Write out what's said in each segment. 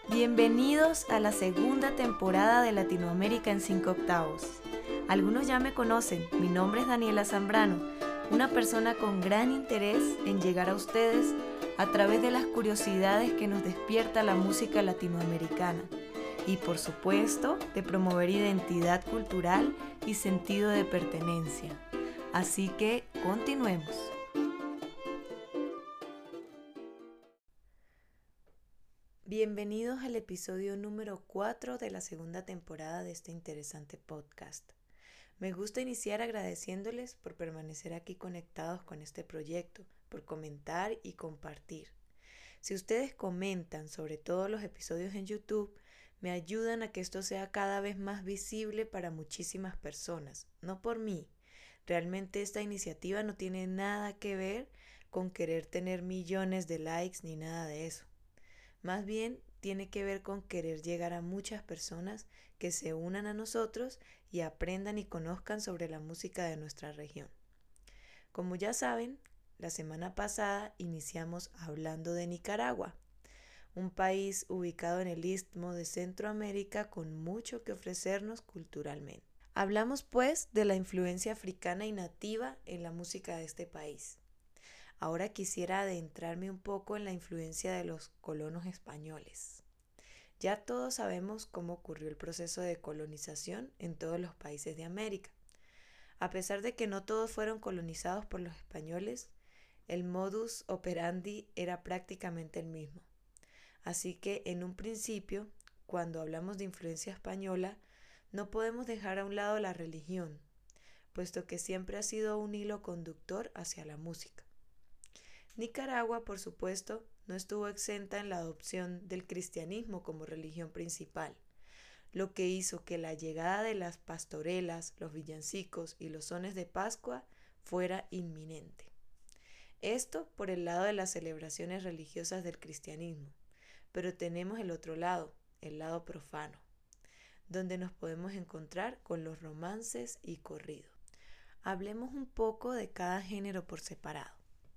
Bienvenidos a la segunda temporada de Latinoamérica en 5 octavos. Algunos ya me conocen, mi nombre es Daniela Zambrano, una persona con gran interés en llegar a ustedes a través de las curiosidades que nos despierta la música latinoamericana y por supuesto de promover identidad cultural y sentido de pertenencia. Así que continuemos. Bienvenidos al episodio número 4 de la segunda temporada de este interesante podcast. Me gusta iniciar agradeciéndoles por permanecer aquí conectados con este proyecto, por comentar y compartir. Si ustedes comentan sobre todos los episodios en YouTube, me ayudan a que esto sea cada vez más visible para muchísimas personas, no por mí. Realmente esta iniciativa no tiene nada que ver con querer tener millones de likes ni nada de eso. Más bien tiene que ver con querer llegar a muchas personas que se unan a nosotros y aprendan y conozcan sobre la música de nuestra región. Como ya saben, la semana pasada iniciamos hablando de Nicaragua, un país ubicado en el Istmo de Centroamérica con mucho que ofrecernos culturalmente. Hablamos pues de la influencia africana y nativa en la música de este país. Ahora quisiera adentrarme un poco en la influencia de los colonos españoles. Ya todos sabemos cómo ocurrió el proceso de colonización en todos los países de América. A pesar de que no todos fueron colonizados por los españoles, el modus operandi era prácticamente el mismo. Así que en un principio, cuando hablamos de influencia española, no podemos dejar a un lado la religión, puesto que siempre ha sido un hilo conductor hacia la música. Nicaragua, por supuesto, no estuvo exenta en la adopción del cristianismo como religión principal, lo que hizo que la llegada de las pastorelas, los villancicos y los sones de Pascua fuera inminente. Esto por el lado de las celebraciones religiosas del cristianismo, pero tenemos el otro lado, el lado profano, donde nos podemos encontrar con los romances y corridos. Hablemos un poco de cada género por separado.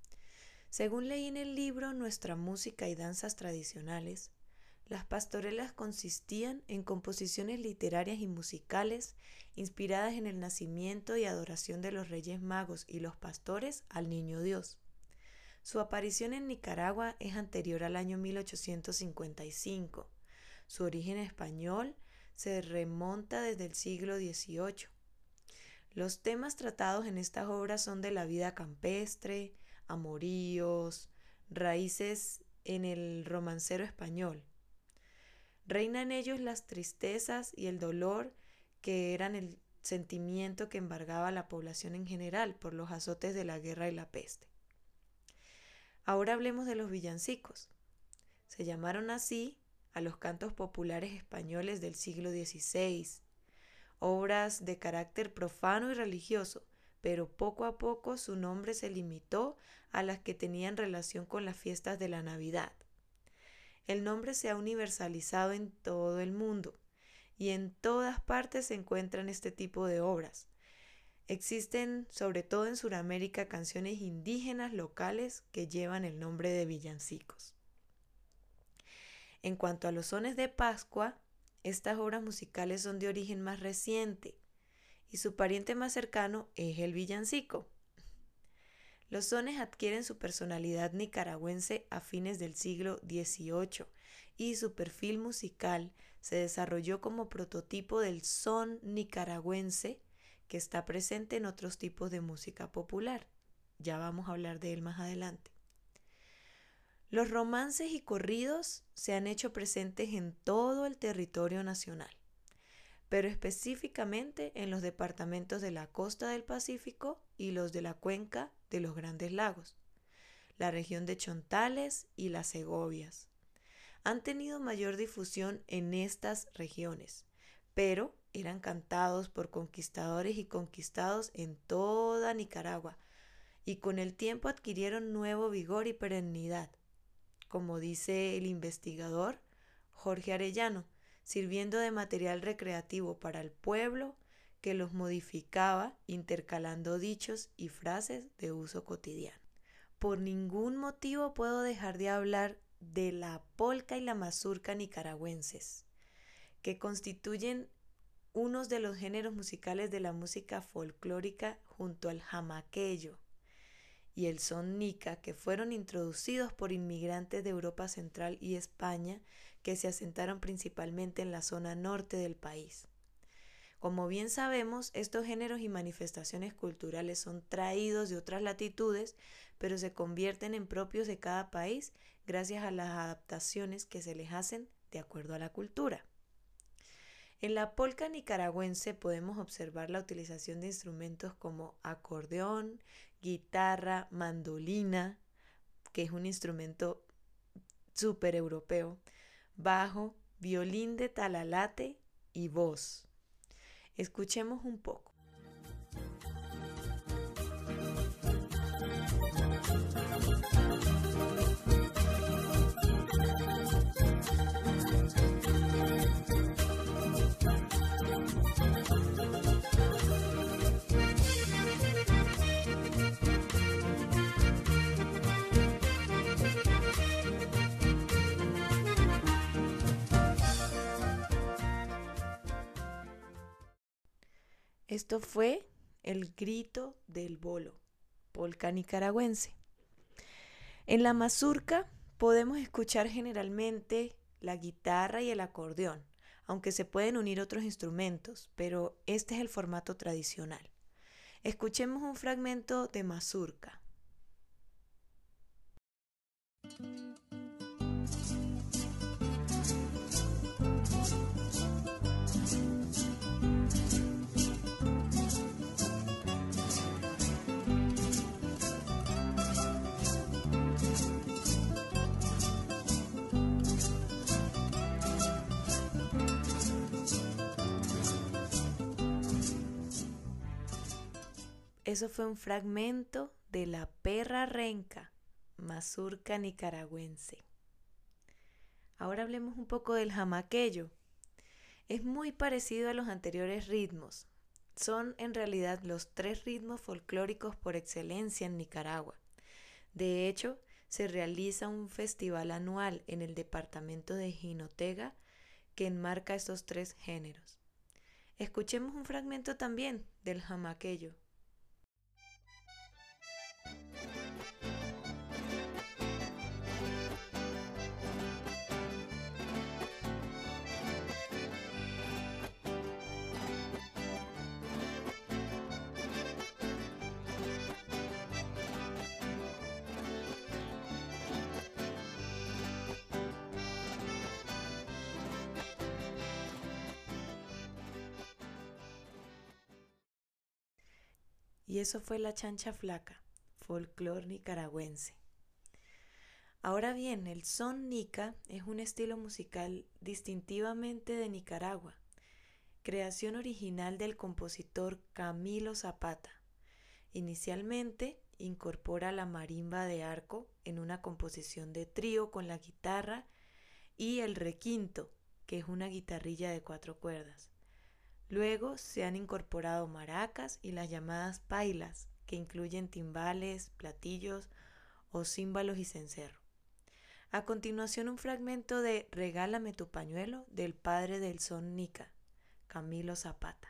Según leí en el libro Nuestra música y danzas tradicionales, las pastorelas consistían en composiciones literarias y musicales inspiradas en el nacimiento y adoración de los Reyes Magos y los pastores al Niño Dios. Su aparición en Nicaragua es anterior al año 1855. Su origen español se remonta desde el siglo XVIII. Los temas tratados en estas obras son de la vida campestre, amoríos, raíces en el romancero español. Reina en ellos las tristezas y el dolor que eran el sentimiento que embargaba a la población en general por los azotes de la guerra y la peste. Ahora hablemos de los villancicos. Se llamaron así a los cantos populares españoles del siglo XVI, obras de carácter profano y religioso, pero poco a poco su nombre se limitó a las que tenían relación con las fiestas de la Navidad. El nombre se ha universalizado en todo el mundo y en todas partes se encuentran este tipo de obras. Existen, sobre todo en Sudamérica, canciones indígenas locales que llevan el nombre de villancicos. En cuanto a los sones de Pascua, estas obras musicales son de origen más reciente y su pariente más cercano es el villancico. Los sones adquieren su personalidad nicaragüense a fines del siglo XVIII y su perfil musical se desarrolló como prototipo del son nicaragüense que está presente en otros tipos de música popular. Ya vamos a hablar de él más adelante. Los romances y corridos se han hecho presentes en todo el territorio nacional, pero específicamente en los departamentos de la costa del Pacífico y los de la cuenca de los Grandes Lagos, la región de Chontales y las Segovias. Han tenido mayor difusión en estas regiones, pero eran cantados por conquistadores y conquistados en toda Nicaragua y con el tiempo adquirieron nuevo vigor y perennidad, como dice el investigador Jorge Arellano, sirviendo de material recreativo para el pueblo que los modificaba intercalando dichos y frases de uso cotidiano. Por ningún motivo puedo dejar de hablar de la polca y la mazurca nicaragüenses, que constituyen unos de los géneros musicales de la música folclórica junto al jamaqueyo y el son nica, que fueron introducidos por inmigrantes de Europa Central y España que se asentaron principalmente en la zona norte del país. Como bien sabemos, estos géneros y manifestaciones culturales son traídos de otras latitudes, pero se convierten en propios de cada país gracias a las adaptaciones que se les hacen de acuerdo a la cultura. En la polca nicaragüense podemos observar la utilización de instrumentos como acordeón, guitarra, mandolina, que es un instrumento súper europeo, bajo, violín de talalate y voz. Escuchemos un poco. Esto fue el grito del bolo, polca nicaragüense. En la mazurca podemos escuchar generalmente la guitarra y el acordeón, aunque se pueden unir otros instrumentos, pero este es el formato tradicional. Escuchemos un fragmento de mazurca. Eso fue un fragmento de La Perra Renca, mazurca nicaragüense. Ahora hablemos un poco del jamaqueyo. Es muy parecido a los anteriores ritmos. Son en realidad los 3 ritmos folclóricos por excelencia en Nicaragua. De hecho, se realiza un festival anual en el departamento de Jinotega que enmarca estos 3 géneros. Escuchemos un fragmento también del jamaqueyo. Y eso fue la chancha flaca, folclor nicaragüense. Ahora bien, el son nica es un estilo musical distintivamente de Nicaragua, creación original del compositor Camilo Zapata. Inicialmente incorpora la marimba de arco en una composición de trío con la guitarra y el requinto, que es una guitarrilla de 4 cuerdas. Luego se han incorporado maracas y las llamadas pailas, que incluyen timbales, platillos o címbalos y cencerro. A continuación un fragmento de Regálame tu pañuelo del padre del son nica, Camilo Zapata.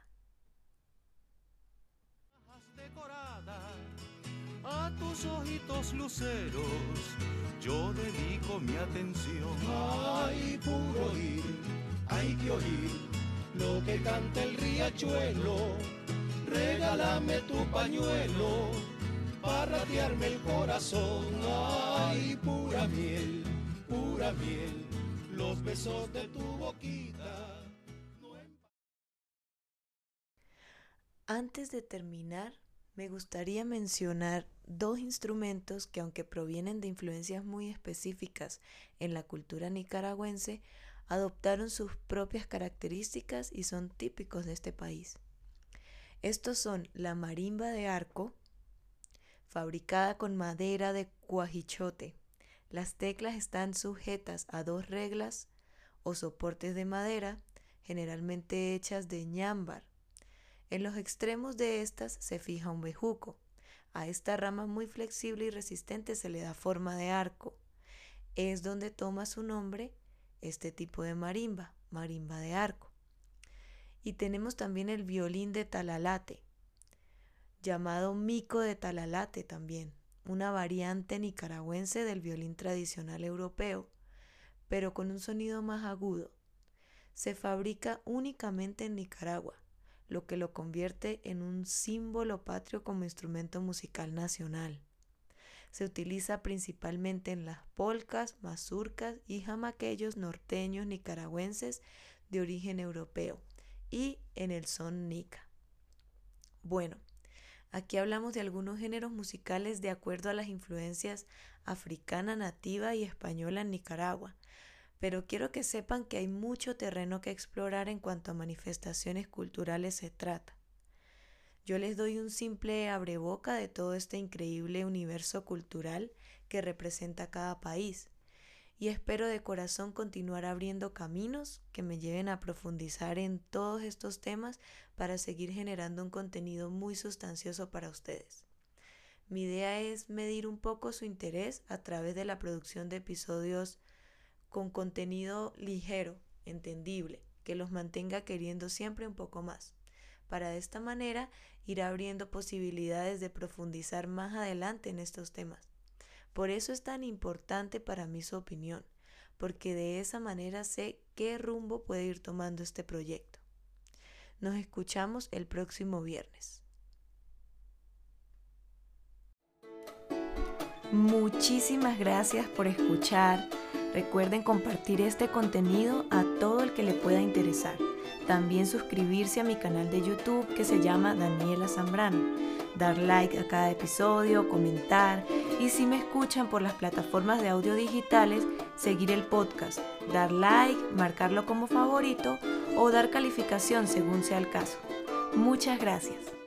A tus ojitos luceros yo dedico mi atención. Ay, puro oír, hay que oír lo que canta el riachuelo. Regálame tu pañuelo para ratearme el corazón. Ay, pura miel, los besos de tu boquita. Antes de terminar, me gustaría mencionar 2 instrumentos que, aunque provienen de influencias muy específicas en la cultura nicaragüense, adoptaron sus propias características y son típicos de este país. Estos son la marimba de arco, fabricada con madera de cuajichote. Las teclas están sujetas a 2 reglas o soportes de madera, generalmente hechas de ñámbar. En los extremos de estas se fija un bejuco. A esta rama muy flexible y resistente se le da forma de arco. es donde toma su nombre este tipo de marimba, marimba de arco. Y tenemos también el violín de talalate, llamado mico de talalate también, una variante nicaragüense del violín tradicional europeo, pero con un sonido más agudo. Se fabrica únicamente en Nicaragua, lo que lo convierte en un símbolo patrio como instrumento musical nacional. Se utiliza principalmente en las polcas, mazurcas y jamaquellos norteños nicaragüenses de origen europeo y en el son nica. Bueno, aquí hablamos de algunos géneros musicales de acuerdo a las influencias africana nativa y española en Nicaragua, pero quiero que sepan que hay mucho terreno que explorar en cuanto a manifestaciones culturales se trata. Yo les doy un simple abreboca de todo este increíble universo cultural que representa cada país y espero de corazón continuar abriendo caminos que me lleven a profundizar en todos estos temas para seguir generando un contenido muy sustancioso para ustedes. Mi idea es medir un poco su interés a través de la producción de episodios con contenido ligero, entendible, que los mantenga queriendo siempre un poco más, para de esta manera ir abriendo posibilidades de profundizar más adelante en estos temas. Por eso es tan importante para mí su opinión, porque de esa manera sé qué rumbo puede ir tomando este proyecto. Nos escuchamos el próximo viernes. Muchísimas gracias por escuchar. Recuerden compartir este contenido a todo el que le pueda interesar. También suscribirse a mi canal de YouTube que se llama Daniela Zambrano. Dar like a cada episodio, comentar y si me escuchan por las plataformas de audio digitales, seguir el podcast, dar like, marcarlo como favorito o dar calificación según sea el caso. Muchas gracias.